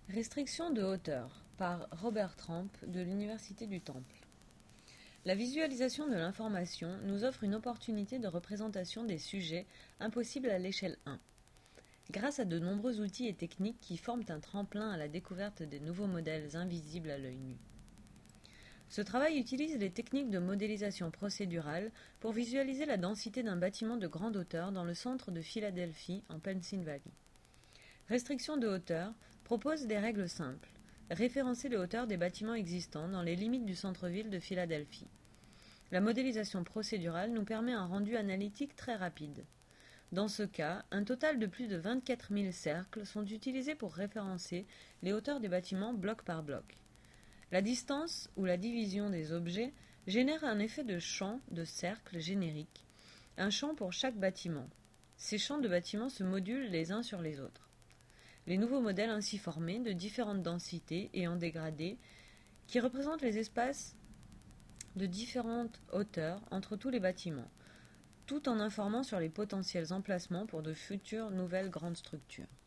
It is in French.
Restriction de hauteur par Robert Tramp de l'Université du Temple. La visualisation de l'information nous offre une opportunité de représentation des sujets impossible à l'échelle 1. Grâce à de nombreux outils et techniques qui forment un tremplin à la découverte des nouveaux modèles invisibles à l'œil nu. Ce travail utilise les techniques de modélisation procédurale pour visualiser la densité d'un bâtiment de grande hauteur dans le centre de Philadelphie, en Pennsylvanie. Restriction de hauteur propose des règles simples. Référencer les hauteurs des bâtiments existants dans les limites du centre-ville de Philadelphie. La modélisation procédurale nous permet un rendu analytique très rapide. Dans ce cas, un total de plus de 24 000 cercles sont utilisés pour référencer les hauteurs des bâtiments bloc par bloc. La distance ou la division des objets génère un effet de champ de cercle générique, un champ pour chaque bâtiment. Ces champs de bâtiments se modulent les uns sur les autres. Les nouveaux modèles ainsi formés, de différentes densités et en dégradé, qui représentent les espaces de différentes hauteurs entre tous les bâtiments, tout en informant sur les potentiels emplacements pour de futures nouvelles grandes structures.